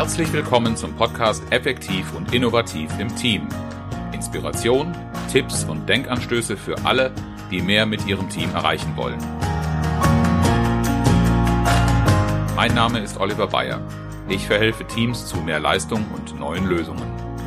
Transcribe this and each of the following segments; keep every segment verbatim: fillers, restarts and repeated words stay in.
Herzlich willkommen zum Podcast Effektiv und Innovativ im Team. Inspiration, Tipps und Denkanstöße für alle, die mehr mit ihrem Team erreichen wollen. Mein Name ist Oliver Bayer. Ich verhelfe Teams zu mehr Leistung und neuen Lösungen.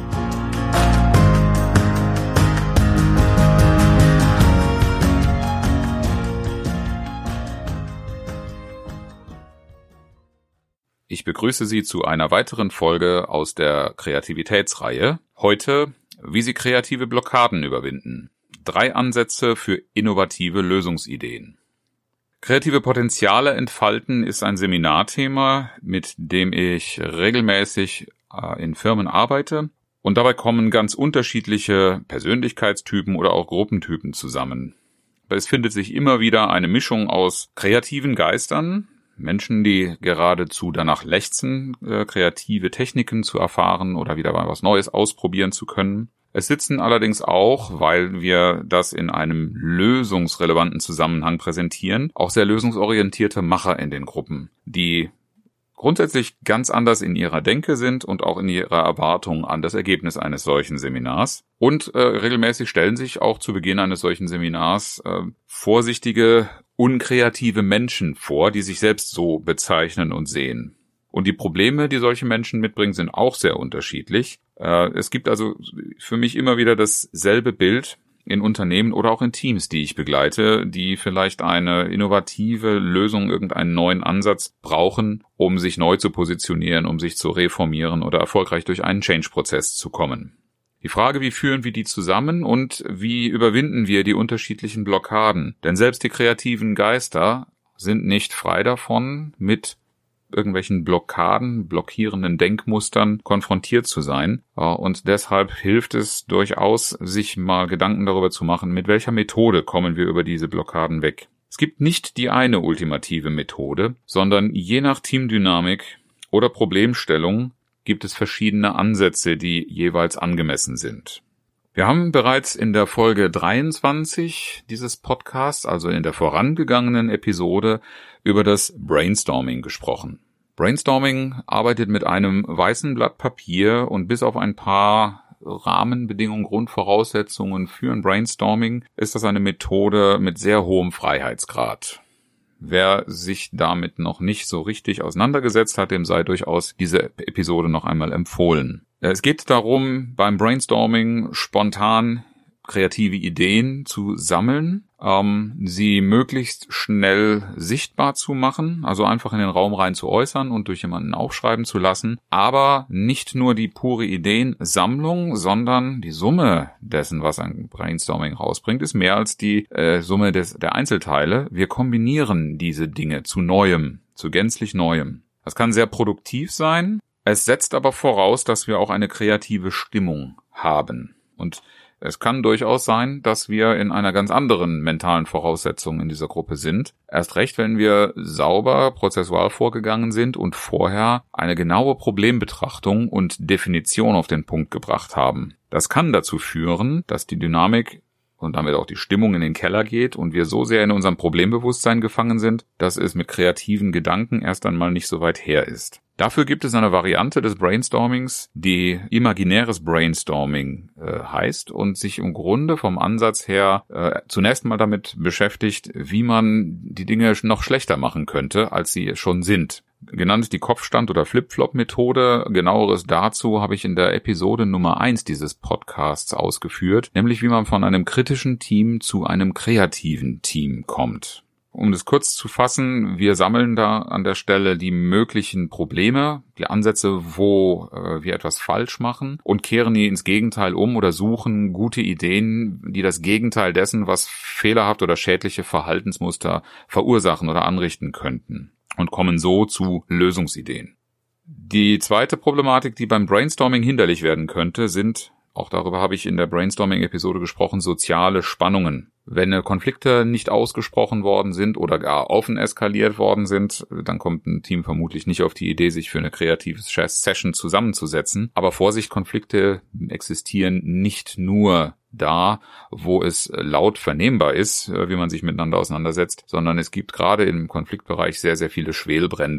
Ich begrüße Sie zu einer weiteren Folge aus der Kreativitätsreihe. Heute, wie Sie kreative Blockaden überwinden. Drei Ansätze für innovative Lösungsideen. Kreative Potenziale entfalten ist ein Seminarthema, mit dem ich regelmäßig in Firmen arbeite. Und dabei kommen ganz unterschiedliche Persönlichkeitstypen oder auch Gruppentypen zusammen. Es findet sich immer wieder eine Mischung aus kreativen Geistern, Menschen, die geradezu danach lechzen, äh, kreative Techniken zu erfahren oder wieder mal was Neues ausprobieren zu können. Es sitzen allerdings auch, weil wir das in einem lösungsrelevanten Zusammenhang präsentieren, auch sehr lösungsorientierte Macher in den Gruppen, die grundsätzlich ganz anders in ihrer Denke sind und auch in ihrer Erwartung an das Ergebnis eines solchen Seminars. Und äh, regelmäßig stellen sich auch zu Beginn eines solchen Seminars äh, vorsichtige, unkreative Menschen vor, die sich selbst so bezeichnen und sehen. Und die Probleme, die solche Menschen mitbringen, sind auch sehr unterschiedlich. Äh, es gibt also für mich immer wieder dasselbe Bild in Unternehmen oder auch in Teams, die ich begleite, die vielleicht eine innovative Lösung, irgendeinen neuen Ansatz brauchen, um sich neu zu positionieren, um sich zu reformieren oder erfolgreich durch einen Change-Prozess zu kommen. Die Frage, wie führen wir die zusammen und wie überwinden wir die unterschiedlichen Blockaden? Denn selbst die kreativen Geister sind nicht frei davon, mit irgendwelchen Blockaden, blockierenden Denkmustern konfrontiert zu sein. Und deshalb hilft es durchaus, sich mal Gedanken darüber zu machen, mit welcher Methode kommen wir über diese Blockaden weg. Es gibt nicht die eine ultimative Methode, sondern je nach Teamdynamik oder Problemstellung gibt es verschiedene Ansätze, die jeweils angemessen sind. Wir haben bereits in der Folge dreiundzwanzig dieses Podcasts, also in der vorangegangenen Episode, über das Brainstorming gesprochen. Brainstorming arbeitet mit einem weißen Blatt Papier und bis auf ein paar Rahmenbedingungen, Grundvoraussetzungen für ein Brainstorming ist das eine Methode mit sehr hohem Freiheitsgrad. Wer sich damit noch nicht so richtig auseinandergesetzt hat, dem sei durchaus diese Episode noch einmal empfohlen. Es geht darum, beim Brainstorming spontan kreative Ideen zu sammeln, ähm, sie möglichst schnell sichtbar zu machen, also einfach in den Raum rein zu äußern und durch jemanden aufschreiben zu lassen, aber nicht nur die pure Ideensammlung, sondern die Summe dessen, was ein Brainstorming rausbringt, ist mehr als die äh, Summe des, der Einzelteile. Wir kombinieren diese Dinge zu Neuem, zu gänzlich Neuem. Das kann sehr produktiv sein, es setzt aber voraus, dass wir auch eine kreative Stimmung haben. Und es kann durchaus sein, dass wir in einer ganz anderen mentalen Voraussetzung in dieser Gruppe sind. Erst recht, wenn wir sauber prozessual vorgegangen sind und vorher eine genaue Problembetrachtung und Definition auf den Punkt gebracht haben. Das kann dazu führen, dass die Dynamik und damit auch die Stimmung in den Keller geht und wir so sehr in unserem Problembewusstsein gefangen sind, dass es mit kreativen Gedanken erst einmal nicht so weit her ist. Dafür gibt es eine Variante des Brainstormings, die imaginäres Brainstorming äh, heißt und sich im Grunde vom Ansatz her äh, zunächst mal damit beschäftigt, wie man die Dinge noch schlechter machen könnte, als sie schon sind. Genannt die Kopfstand- oder Flip-Flop-Methode. Genaueres dazu habe ich in der Episode Nummer eins dieses Podcasts ausgeführt, nämlich wie man von einem kritischen Team zu einem kreativen Team kommt. Um das kurz zu fassen, wir sammeln da an der Stelle die möglichen Probleme, die Ansätze, wo äh, wir etwas falsch machen und kehren die ins Gegenteil um oder suchen gute Ideen, die das Gegenteil dessen, was fehlerhaft oder schädliche Verhaltensmuster verursachen oder anrichten könnten und kommen so zu Lösungsideen. Die zweite Problematik, die beim Brainstorming hinderlich werden könnte, sind, auch darüber habe ich in der Brainstorming-Episode gesprochen, soziale Spannungen. Wenn Konflikte nicht ausgesprochen worden sind oder gar offen eskaliert worden sind, dann kommt ein Team vermutlich nicht auf die Idee, sich für eine kreative Session zusammenzusetzen. Aber Vorsicht, Konflikte existieren nicht nur da, wo es laut vernehmbar ist, wie man sich miteinander auseinandersetzt, sondern es gibt gerade im Konfliktbereich sehr, sehr viele Schwelbrände.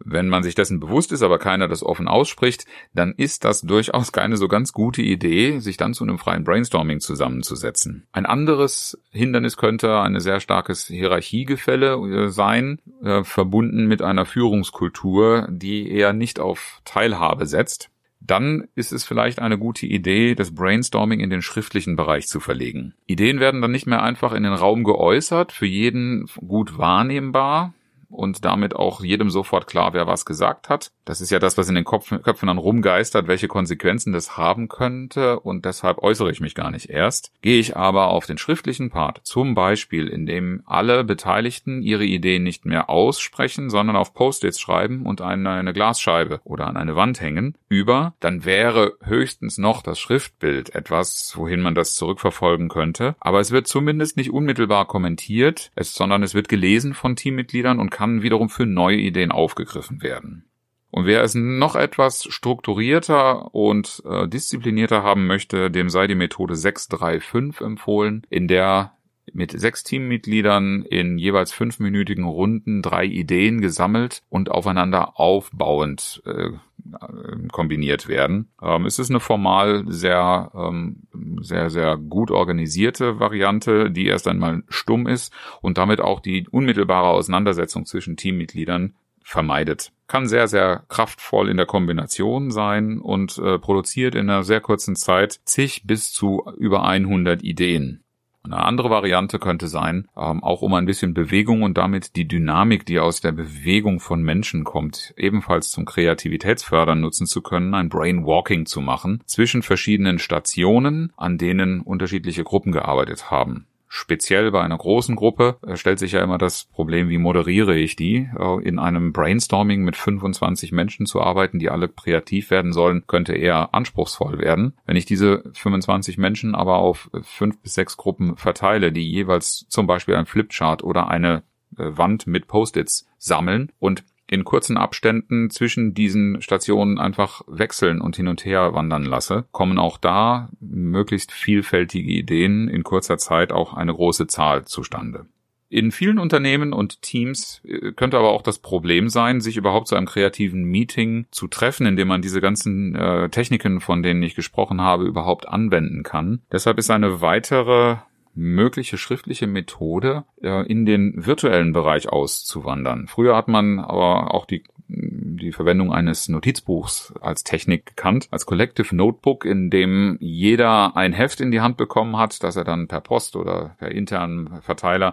Wenn man sich dessen bewusst ist, aber keiner das offen ausspricht, dann ist das durchaus keine so ganz gute Idee, sich dann zu einem freien Brainstorming zusammenzusetzen. Ein anderes Hindernis könnte ein sehr starkes Hierarchiegefälle sein, äh, verbunden mit einer Führungskultur, die eher nicht auf Teilhabe setzt. Dann ist es vielleicht eine gute Idee, das Brainstorming in den schriftlichen Bereich zu verlegen. Ideen werden dann nicht mehr einfach in den Raum geäußert, für jeden gut wahrnehmbar und damit auch jedem sofort klar, wer was gesagt hat. Das ist ja das, was in den Kopf, Köpfen dann rumgeistert, welche Konsequenzen das haben könnte, und deshalb äußere ich mich gar nicht erst. Gehe ich aber auf den schriftlichen Part, zum Beispiel, indem alle Beteiligten ihre Ideen nicht mehr aussprechen, sondern auf Post-its schreiben und eine, eine Glasscheibe oder an eine Wand hängen, über, dann wäre höchstens noch das Schriftbild etwas, wohin man das zurückverfolgen könnte. Aber es wird zumindest nicht unmittelbar kommentiert, es, sondern es wird gelesen von Teammitgliedern und kann wiederum für neue Ideen aufgegriffen werden. Und wer es noch etwas strukturierter und äh, disziplinierter haben möchte, dem sei die Methode sechs drei fünf empfohlen, in der mit sechs Teammitgliedern in jeweils fünfminütigen Runden drei Ideen gesammelt und aufeinander aufbauend äh, kombiniert werden. Ähm, es ist eine formal sehr, ähm, sehr, sehr gut organisierte Variante, die erst einmal stumm ist und damit auch die unmittelbare Auseinandersetzung zwischen Teammitgliedern vermeidet. Kann sehr, sehr kraftvoll in der Kombination sein und äh, produziert in einer sehr kurzen Zeit zig bis zu über hundert Ideen. Eine andere Variante könnte sein, ähm, auch um ein bisschen Bewegung und damit die Dynamik, die aus der Bewegung von Menschen kommt, ebenfalls zum Kreativitätsfördern nutzen zu können, ein Brainwalking zu machen zwischen verschiedenen Stationen, an denen unterschiedliche Gruppen gearbeitet haben. Speziell bei einer großen Gruppe stellt sich ja immer das Problem, wie moderiere ich die? In einem Brainstorming mit fünfundzwanzig Menschen zu arbeiten, die alle kreativ werden sollen, könnte eher anspruchsvoll werden. Wenn ich diese fünfundzwanzig Menschen aber auf fünf bis sechs Gruppen verteile, die jeweils zum Beispiel ein Flipchart oder eine Wand mit Post-its sammeln und in kurzen Abständen zwischen diesen Stationen einfach wechseln und hin und her wandern lasse, kommen auch da möglichst vielfältige Ideen in kurzer Zeit, auch eine große Zahl, zustande. In vielen Unternehmen und Teams könnte aber auch das Problem sein, sich überhaupt zu einem kreativen Meeting zu treffen, indem man diese ganzen äh, Techniken, von denen ich gesprochen habe, überhaupt anwenden kann. Deshalb ist eine weitere mögliche schriftliche Methode, in den virtuellen Bereich auszuwandern. Früher hat man aber auch die die Verwendung eines Notizbuchs als Technik gekannt, als Collective Notebook, in dem jeder ein Heft in die Hand bekommen hat, das er dann per Post oder per internen Verteiler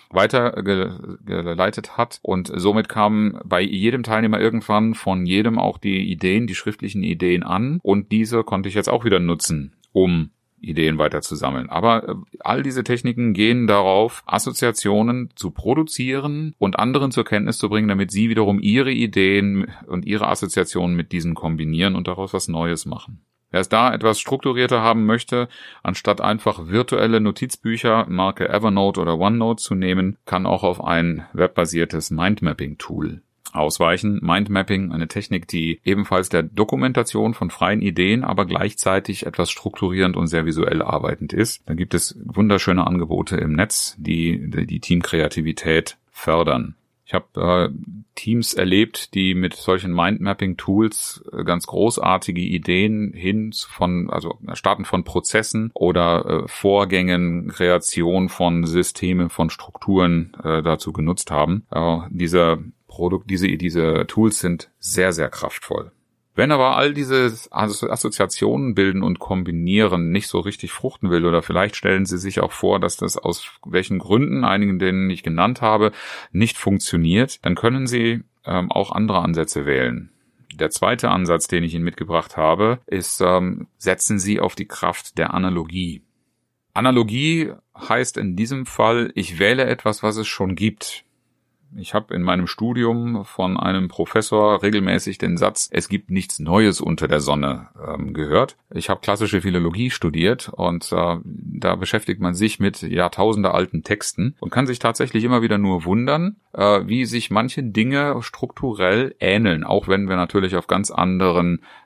weitergeleitet hat, und somit kamen bei jedem Teilnehmer irgendwann von jedem auch die Ideen, die schriftlichen Ideen an, und diese konnte ich jetzt auch wieder nutzen, um Ideen weiter zu sammeln. Aber äh, all diese Techniken gehen darauf, Assoziationen zu produzieren und anderen zur Kenntnis zu bringen, damit sie wiederum ihre Ideen und ihre Assoziationen mit diesen kombinieren und daraus was Neues machen. Wer es da etwas strukturierter haben möchte, anstatt einfach virtuelle Notizbücher Marke Evernote oder OneNote zu nehmen, kann auch auf ein webbasiertes Mindmapping-Tool ausweichen. Mindmapping, eine Technik, die ebenfalls der Dokumentation von freien Ideen, aber gleichzeitig etwas strukturierend und sehr visuell arbeitend ist. Da gibt es wunderschöne Angebote im Netz, die die Teamkreativität fördern. Ich habe äh, Teams erlebt, die mit solchen Mindmapping-Tools äh, ganz großartige Ideen hin von, also starten von Prozessen oder äh, Vorgängen, Kreation von Systemen, von Strukturen äh, dazu genutzt haben. Äh, diese Produkt, diese, diese Tools sind sehr, sehr kraftvoll. Wenn aber all diese Assoziationen bilden und kombinieren nicht so richtig fruchten will, oder vielleicht stellen Sie sich auch vor, dass das aus welchen Gründen, einigen, denen ich genannt habe, nicht funktioniert, dann können Sie ähm, auch andere Ansätze wählen. Der zweite Ansatz, den ich Ihnen mitgebracht habe, ist, ähm, setzen Sie auf die Kraft der Analogie. Analogie heißt in diesem Fall, ich wähle etwas, was es schon gibt. Ich habe in meinem Studium von einem Professor regelmäßig den Satz, es gibt nichts Neues unter der Sonne, ähm, gehört. Ich habe klassische Philologie studiert und äh, da beschäftigt man sich mit Jahrtausende alten Texten und kann sich tatsächlich immer wieder nur wundern, äh, wie sich manche Dinge strukturell ähneln, auch wenn wir natürlich auf ganz anderen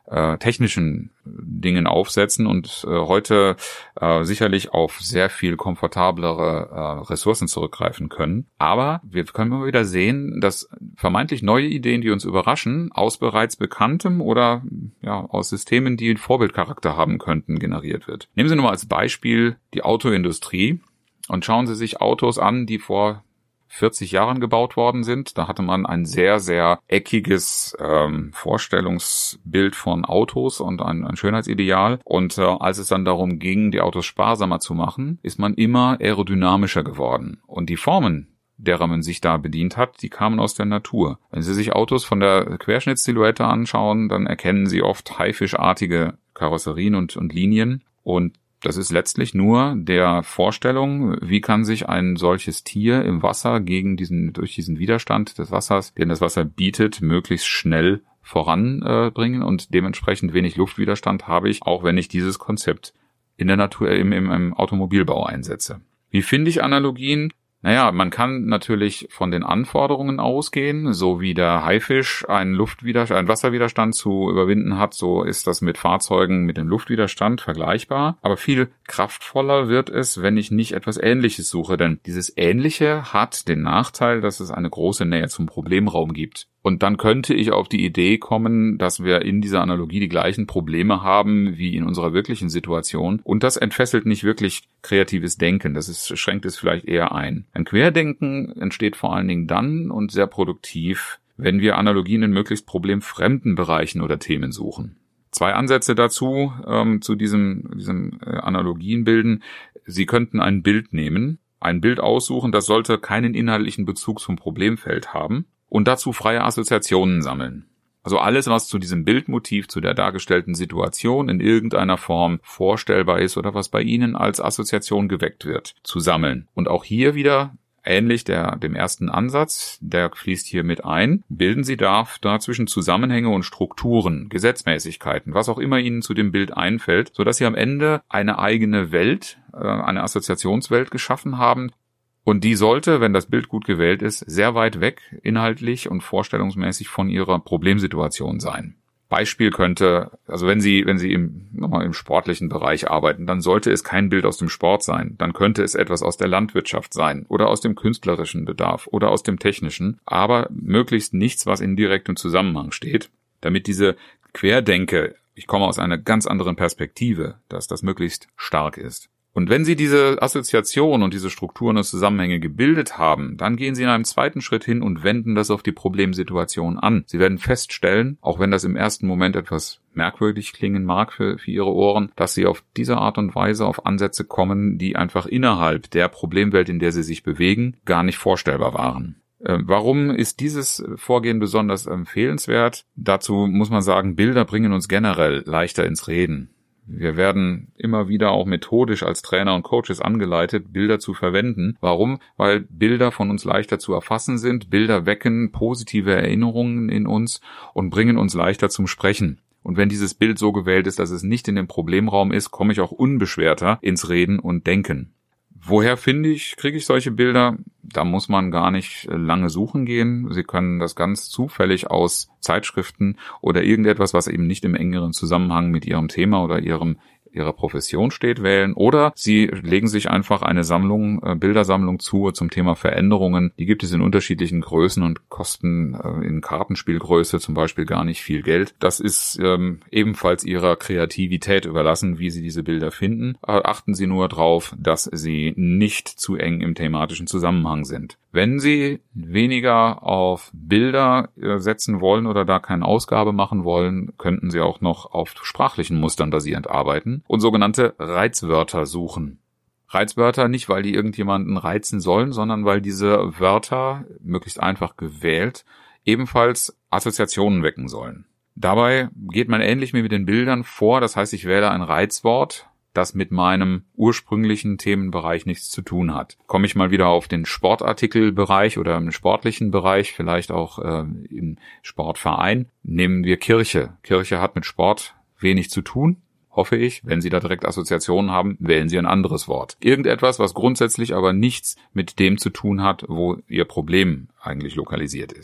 äh, technischen Dingen aufsetzen und äh, heute äh, sicherlich auf sehr viel komfortablere äh, Ressourcen zurückgreifen können. Aber wir können immer wieder sehen, dass vermeintlich neue Ideen, die uns überraschen, aus bereits bekanntem oder ja aus Systemen, die einen Vorbildcharakter haben könnten, generiert wird. Nehmen Sie nur mal als Beispiel die Autoindustrie und schauen Sie sich Autos an, die vor vierzig Jahren gebaut worden sind. Da hatte man ein sehr, sehr eckiges ähm, Vorstellungsbild von Autos und ein, ein Schönheitsideal. Und äh, als es dann darum ging, die Autos sparsamer zu machen, ist man immer aerodynamischer geworden. Und die Formen, derer man sich da bedient hat, die kamen aus der Natur. Wenn Sie sich Autos von der Querschnittssilhouette anschauen, dann erkennen Sie oft haifischartige Karosserien und, und Linien. Und das ist letztlich nur der Vorstellung, wie kann sich ein solches Tier im Wasser gegen diesen, durch diesen Widerstand des Wassers, den das Wasser bietet, möglichst schnell voranbringen äh, und dementsprechend wenig Luftwiderstand habe ich, auch wenn ich dieses Konzept in der Natur, im, im, im Automobilbau einsetze. Wie finde ich Analogien? Naja, man kann natürlich von den Anforderungen ausgehen, so wie der Haifisch einen Luftwiderstand, einen Wasserwiderstand zu überwinden hat, so ist das mit Fahrzeugen mit dem Luftwiderstand vergleichbar. Aber viel kraftvoller wird es, wenn ich nicht etwas Ähnliches suche, denn dieses Ähnliche hat den Nachteil, dass es eine große Nähe zum Problemraum gibt. Und dann könnte ich auf die Idee kommen, dass wir in dieser Analogie die gleichen Probleme haben wie in unserer wirklichen Situation. Und das entfesselt nicht wirklich kreatives Denken. Das ist, schränkt es vielleicht eher ein. Ein Querdenken entsteht vor allen Dingen dann und sehr produktiv, wenn wir Analogien in möglichst problemfremden Bereichen oder Themen suchen. Zwei Ansätze dazu, ähm, zu diesem, diesem äh, Analogien bilden. Sie könnten ein Bild nehmen, ein Bild aussuchen, das sollte keinen inhaltlichen Bezug zum Problemfeld haben. Und dazu freie Assoziationen sammeln. Also alles, was zu diesem Bildmotiv, zu der dargestellten Situation in irgendeiner Form vorstellbar ist oder was bei Ihnen als Assoziation geweckt wird, zu sammeln. Und auch hier wieder, ähnlich der, dem ersten Ansatz, der fließt hier mit ein, bilden Sie da, dazwischen Zusammenhänge und Strukturen, Gesetzmäßigkeiten, was auch immer Ihnen zu dem Bild einfällt, sodass Sie am Ende eine eigene Welt, eine Assoziationswelt geschaffen haben. Und die sollte, wenn das Bild gut gewählt ist, sehr weit weg inhaltlich und vorstellungsmäßig von Ihrer Problemsituation sein. Beispiel könnte, also wenn Sie, wenn Sie im, nochmal im sportlichen Bereich arbeiten, dann sollte es kein Bild aus dem Sport sein. Dann könnte es etwas aus der Landwirtschaft sein oder aus dem künstlerischen Bedarf oder aus dem technischen, aber möglichst nichts, was in direktem Zusammenhang steht, damit diese Querdenke, ich komme aus einer ganz anderen Perspektive, dass das möglichst stark ist. Und wenn Sie diese Assoziation und diese Strukturen und Zusammenhänge gebildet haben, dann gehen Sie in einem zweiten Schritt hin und wenden das auf die Problemsituation an. Sie werden feststellen, auch wenn das im ersten Moment etwas merkwürdig klingen mag für, für Ihre Ohren, dass Sie auf diese Art und Weise auf Ansätze kommen, die einfach innerhalb der Problemwelt, in der Sie sich bewegen, gar nicht vorstellbar waren. Warum ist dieses Vorgehen besonders empfehlenswert? Dazu muss man sagen, Bilder bringen uns generell leichter ins Reden. Wir werden immer wieder auch methodisch als Trainer und Coaches angeleitet, Bilder zu verwenden. Warum? Weil Bilder von uns leichter zu erfassen sind. Bilder wecken positive Erinnerungen in uns und bringen uns leichter zum Sprechen. Und wenn dieses Bild so gewählt ist, dass es nicht in dem Problemraum ist, komme ich auch unbeschwerter ins Reden und Denken. Woher finde ich, kriege ich solche Bilder? Da muss man gar nicht lange suchen gehen. Sie können das ganz zufällig aus Zeitschriften oder irgendetwas, was eben nicht im engeren Zusammenhang mit Ihrem Thema oder Ihrem Ihrer Profession steht, wählen. Oder Sie legen sich einfach eine Sammlung, äh, Bildersammlung zu zum Thema Veränderungen. Die gibt es in unterschiedlichen Größen und kosten äh, in Kartenspielgröße zum Beispiel gar nicht viel Geld. Das ist ähm, ebenfalls Ihrer Kreativität überlassen, wie Sie diese Bilder finden. Äh, achten Sie nur darauf, dass sie nicht zu eng im thematischen Zusammenhang sind. Wenn Sie weniger auf Bilder äh, setzen wollen oder da keine Ausgabe machen wollen, könnten Sie auch noch auf sprachlichen Mustern basierend arbeiten und sogenannte Reizwörter suchen. Reizwörter nicht, weil die irgendjemanden reizen sollen, sondern weil diese Wörter, möglichst einfach gewählt, ebenfalls Assoziationen wecken sollen. Dabei geht man ähnlich wie mit den Bildern vor, das heißt, ich wähle ein Reizwort, das mit meinem ursprünglichen Themenbereich nichts zu tun hat. Komme ich mal wieder auf den Sportartikelbereich oder im sportlichen Bereich, vielleicht auch äh, im Sportverein, nehmen wir Kirche. Kirche hat mit Sport wenig zu tun, hoffe ich. Wenn Sie da direkt Assoziationen haben, wählen Sie ein anderes Wort. Irgendetwas, was grundsätzlich aber nichts mit dem zu tun hat, wo Ihr Problem eigentlich lokalisiert ist.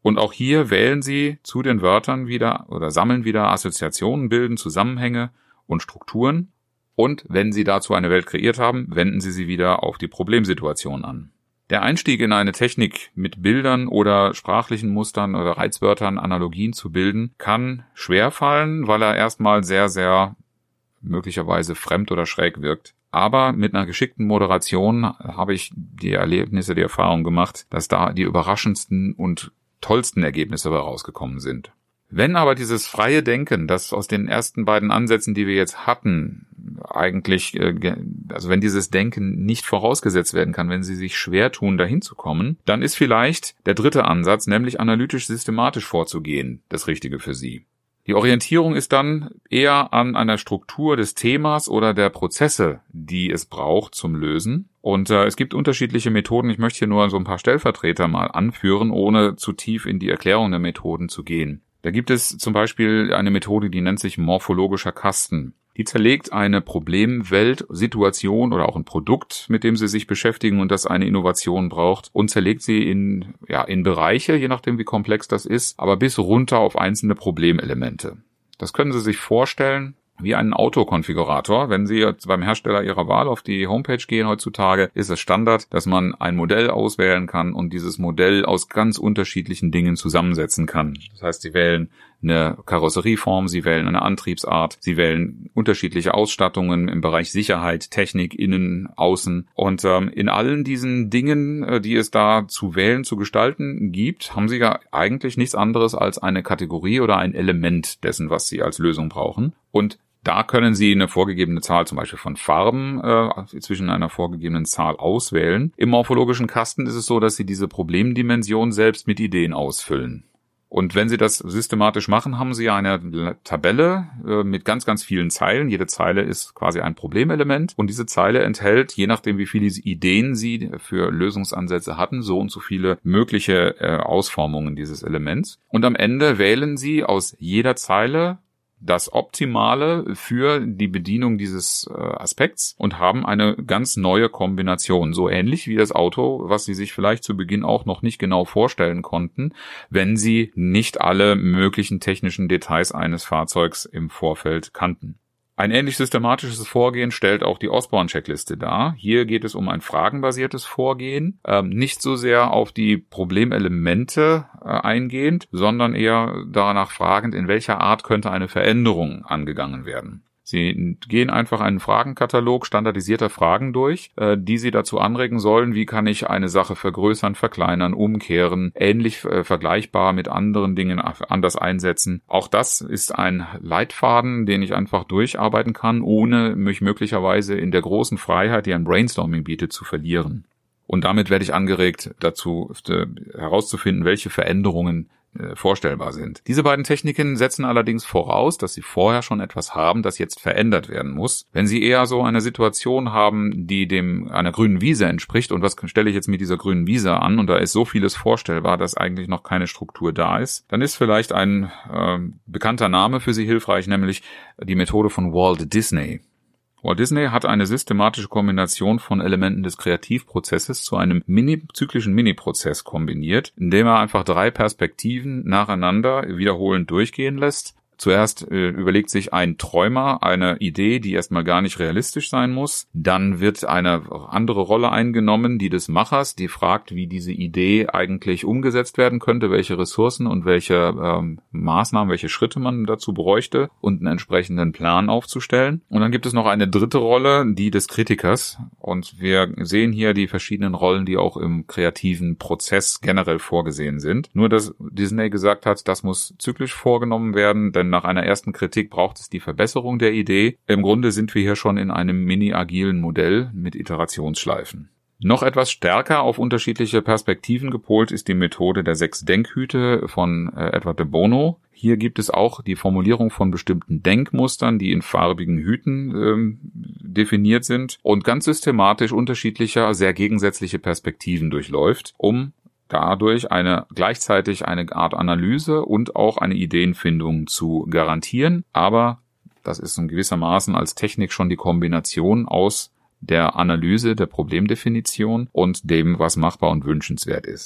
Und auch hier wählen Sie zu den Wörtern wieder oder sammeln wieder Assoziationen, bilden Zusammenhänge und Strukturen. Und wenn Sie dazu eine Welt kreiert haben, wenden Sie sie wieder auf die Problemsituation an. Der Einstieg in eine Technik mit Bildern oder sprachlichen Mustern oder Reizwörtern, Analogien zu bilden, kann schwerfallen, weil er erstmal sehr, sehr möglicherweise fremd oder schräg wirkt. Aber mit einer geschickten Moderation habe ich die Erlebnisse, die Erfahrung gemacht, dass da die überraschendsten und tollsten Ergebnisse herausgekommen sind. Wenn aber dieses freie Denken, das aus den ersten beiden Ansätzen, die wir jetzt hatten, eigentlich, also wenn dieses Denken nicht vorausgesetzt werden kann, wenn Sie sich schwer tun, dahin zu kommen, dann ist vielleicht der dritte Ansatz, nämlich analytisch-systematisch vorzugehen, das Richtige für Sie. Die Orientierung ist dann eher an einer Struktur des Themas oder der Prozesse, die es braucht zum Lösen. Und äh, es gibt unterschiedliche Methoden. Ich möchte hier nur so ein paar Stellvertreter mal anführen, ohne zu tief in die Erklärung der Methoden zu gehen. Da gibt es zum Beispiel eine Methode, die nennt sich morphologischer Kasten. Die zerlegt eine Problemwelt, Situation oder auch ein Produkt, mit dem Sie sich beschäftigen und das eine Innovation braucht, und zerlegt sie in, ja, in Bereiche, je nachdem wie komplex das ist, aber bis runter auf einzelne Problemelemente. Das können Sie sich vorstellen wie einen Autokonfigurator. Wenn Sie jetzt beim Hersteller Ihrer Wahl auf die Homepage gehen heutzutage, ist es Standard, dass man ein Modell auswählen kann und dieses Modell aus ganz unterschiedlichen Dingen zusammensetzen kann. Das heißt, Sie wählen eine Karosserieform, Sie wählen eine Antriebsart, Sie wählen unterschiedliche Ausstattungen im Bereich Sicherheit, Technik, Innen, Außen. Und ähm, in allen diesen Dingen, äh, die es da zu wählen, zu gestalten gibt, haben Sie ja eigentlich nichts anderes als eine Kategorie oder ein Element dessen, was Sie als Lösung brauchen. Und da können Sie eine vorgegebene Zahl zum Beispiel von Farben äh, zwischen einer vorgegebenen Zahl auswählen. Im morphologischen Kasten ist es so, dass Sie diese Problemdimension selbst mit Ideen ausfüllen. Und wenn Sie das systematisch machen, haben Sie eine Tabelle äh, mit ganz, ganz vielen Zeilen. Jede Zeile ist quasi ein Problemelement. Und diese Zeile enthält, je nachdem wie viele Ideen Sie für Lösungsansätze hatten, so und so viele mögliche äh, Ausformungen dieses Elements. Und am Ende wählen Sie aus jeder Zeile das Optimale für die Bedienung dieses äh, Aspekts und haben eine ganz neue Kombination. So ähnlich wie das Auto, was Sie sich vielleicht zu Beginn auch noch nicht genau vorstellen konnten, wenn Sie nicht alle möglichen technischen Details eines Fahrzeugs im Vorfeld kannten. Ein ähnlich systematisches Vorgehen stellt auch die Osborne-Checkliste dar. Hier geht es um ein fragenbasiertes Vorgehen, ähm, nicht so sehr auf die Problemelemente äh, eingehend, sondern eher danach fragend, in welcher Art könnte eine Veränderung angegangen werden. Sie gehen einfach einen Fragenkatalog standardisierter Fragen durch, äh, die Sie dazu anregen sollen, wie kann ich eine Sache vergrößern, verkleinern, umkehren, ähnlich äh, vergleichbar mit anderen Dingen anders einsetzen. Auch das ist ein Leitfaden, den ich einfach durcharbeiten kann, ohne mich möglicherweise in der großen Freiheit, die ein Brainstorming bietet, zu verlieren. Und damit werde ich angeregt, dazu äh, herauszufinden, welche Veränderungen vorstellbar sind. Diese beiden Techniken setzen allerdings voraus, dass Sie vorher schon etwas haben, das jetzt verändert werden muss. Wenn Sie eher so eine Situation haben, die dem einer grünen Wiese entspricht, und was stelle ich jetzt mit dieser grünen Wiese an, und da ist so vieles vorstellbar, dass eigentlich noch keine Struktur da ist, dann ist vielleicht ein äh, bekannter Name für Sie hilfreich, nämlich die Methode von Walt Disney. Walt Disney hat eine systematische Kombination von Elementen des Kreativprozesses zu einem mini, zyklischen Mini-Prozess kombiniert, indem er einfach drei Perspektiven nacheinander wiederholend durchgehen lässt. Zuerst äh, überlegt sich ein Träumer eine Idee, die erstmal gar nicht realistisch sein muss. Dann wird eine andere Rolle eingenommen, die des Machers, die fragt, wie diese Idee eigentlich umgesetzt werden könnte, welche Ressourcen und welche ähm, Maßnahmen, welche Schritte man dazu bräuchte und einen entsprechenden Plan aufzustellen. Und dann gibt es noch eine dritte Rolle, die des Kritikers. Und wir sehen hier die verschiedenen Rollen, die auch im kreativen Prozess generell vorgesehen sind. Nur, dass Disney gesagt hat, das muss zyklisch vorgenommen werden, denn nach einer ersten Kritik braucht es die Verbesserung der Idee. Im Grunde sind wir hier schon in einem mini-agilen Modell mit Iterationsschleifen. Noch etwas stärker auf unterschiedliche Perspektiven gepolt ist die Methode der sechs Denkhüte von äh, Edward de Bono. Hier gibt es auch die Formulierung von bestimmten Denkmustern, die in farbigen Hüten ähm, definiert sind und ganz systematisch unterschiedlicher, sehr gegensätzliche Perspektiven durchläuft, um dadurch eine gleichzeitig eine Art Analyse und auch eine Ideenfindung zu garantieren. Aber das ist in gewissermaßen als Technik schon die Kombination aus der Analyse, der Problemdefinition und dem, was machbar und wünschenswert ist.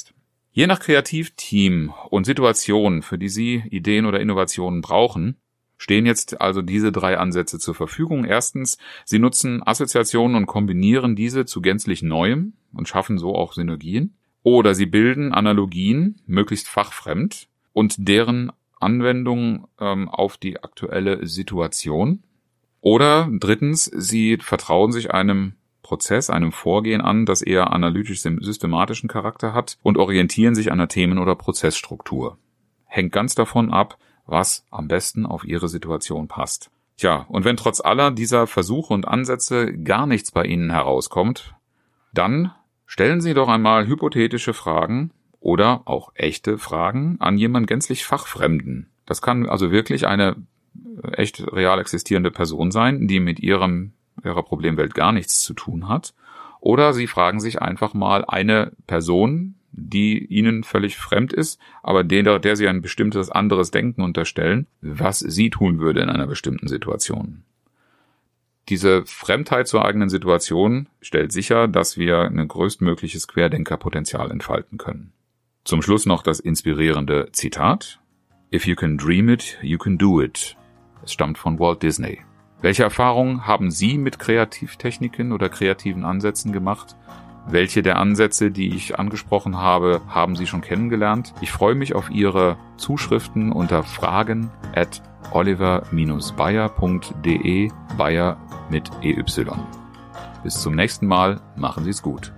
Je nach Kreativteam und Situation, für die Sie Ideen oder Innovationen brauchen, stehen jetzt also diese drei Ansätze zur Verfügung. Erstens, Sie nutzen Assoziationen und kombinieren diese zu gänzlich Neuem und schaffen so auch Synergien. Oder Sie bilden Analogien, möglichst fachfremd, und deren Anwendung ähm, auf die aktuelle Situation. Oder drittens, Sie vertrauen sich einem Prozess, einem Vorgehen an, das eher analytisch-systematischen Charakter hat und orientieren sich an der Themen- oder Prozessstruktur. Hängt ganz davon ab, was am besten auf Ihre Situation passt. Tja, und wenn trotz aller dieser Versuche und Ansätze gar nichts bei Ihnen herauskommt, dann stellen Sie doch einmal hypothetische Fragen oder auch echte Fragen an jemanden gänzlich Fachfremden. Das kann also wirklich eine echt real existierende Person sein, die mit ihrem ihrer Problemwelt gar nichts zu tun hat. Oder Sie fragen sich einfach mal eine Person, die Ihnen völlig fremd ist, aber der, der Sie ein bestimmtes anderes Denken unterstellen, was sie tun würde in einer bestimmten Situation. Diese Fremdheit zur eigenen Situation stellt sicher, dass wir ein größtmögliches Querdenkerpotenzial entfalten können. Zum Schluss noch das inspirierende Zitat: If you can dream it, you can do it. Es stammt von Walt Disney. Welche Erfahrungen haben Sie mit Kreativtechniken oder kreativen Ansätzen gemacht? Welche der Ansätze, die ich angesprochen habe, haben Sie schon kennengelernt? Ich freue mich auf Ihre Zuschriften unter fragen at oliver dash bayer punkt de, Bayer mit E Y. Bis zum nächsten Mal, machen Sie es gut.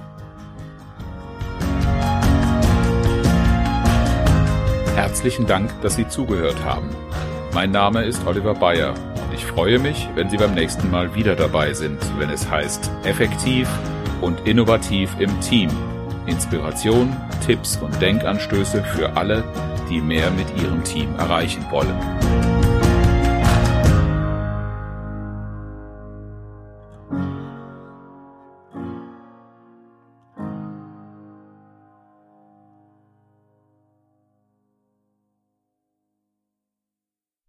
Herzlichen Dank, dass Sie zugehört haben. Mein Name ist Oliver Bayer. Ich freue mich, wenn Sie beim nächsten Mal wieder dabei sind, wenn es heißt Effektiv und innovativ im Team. Inspiration, Tipps und Denkanstöße für alle, die mehr mit ihrem Team erreichen wollen.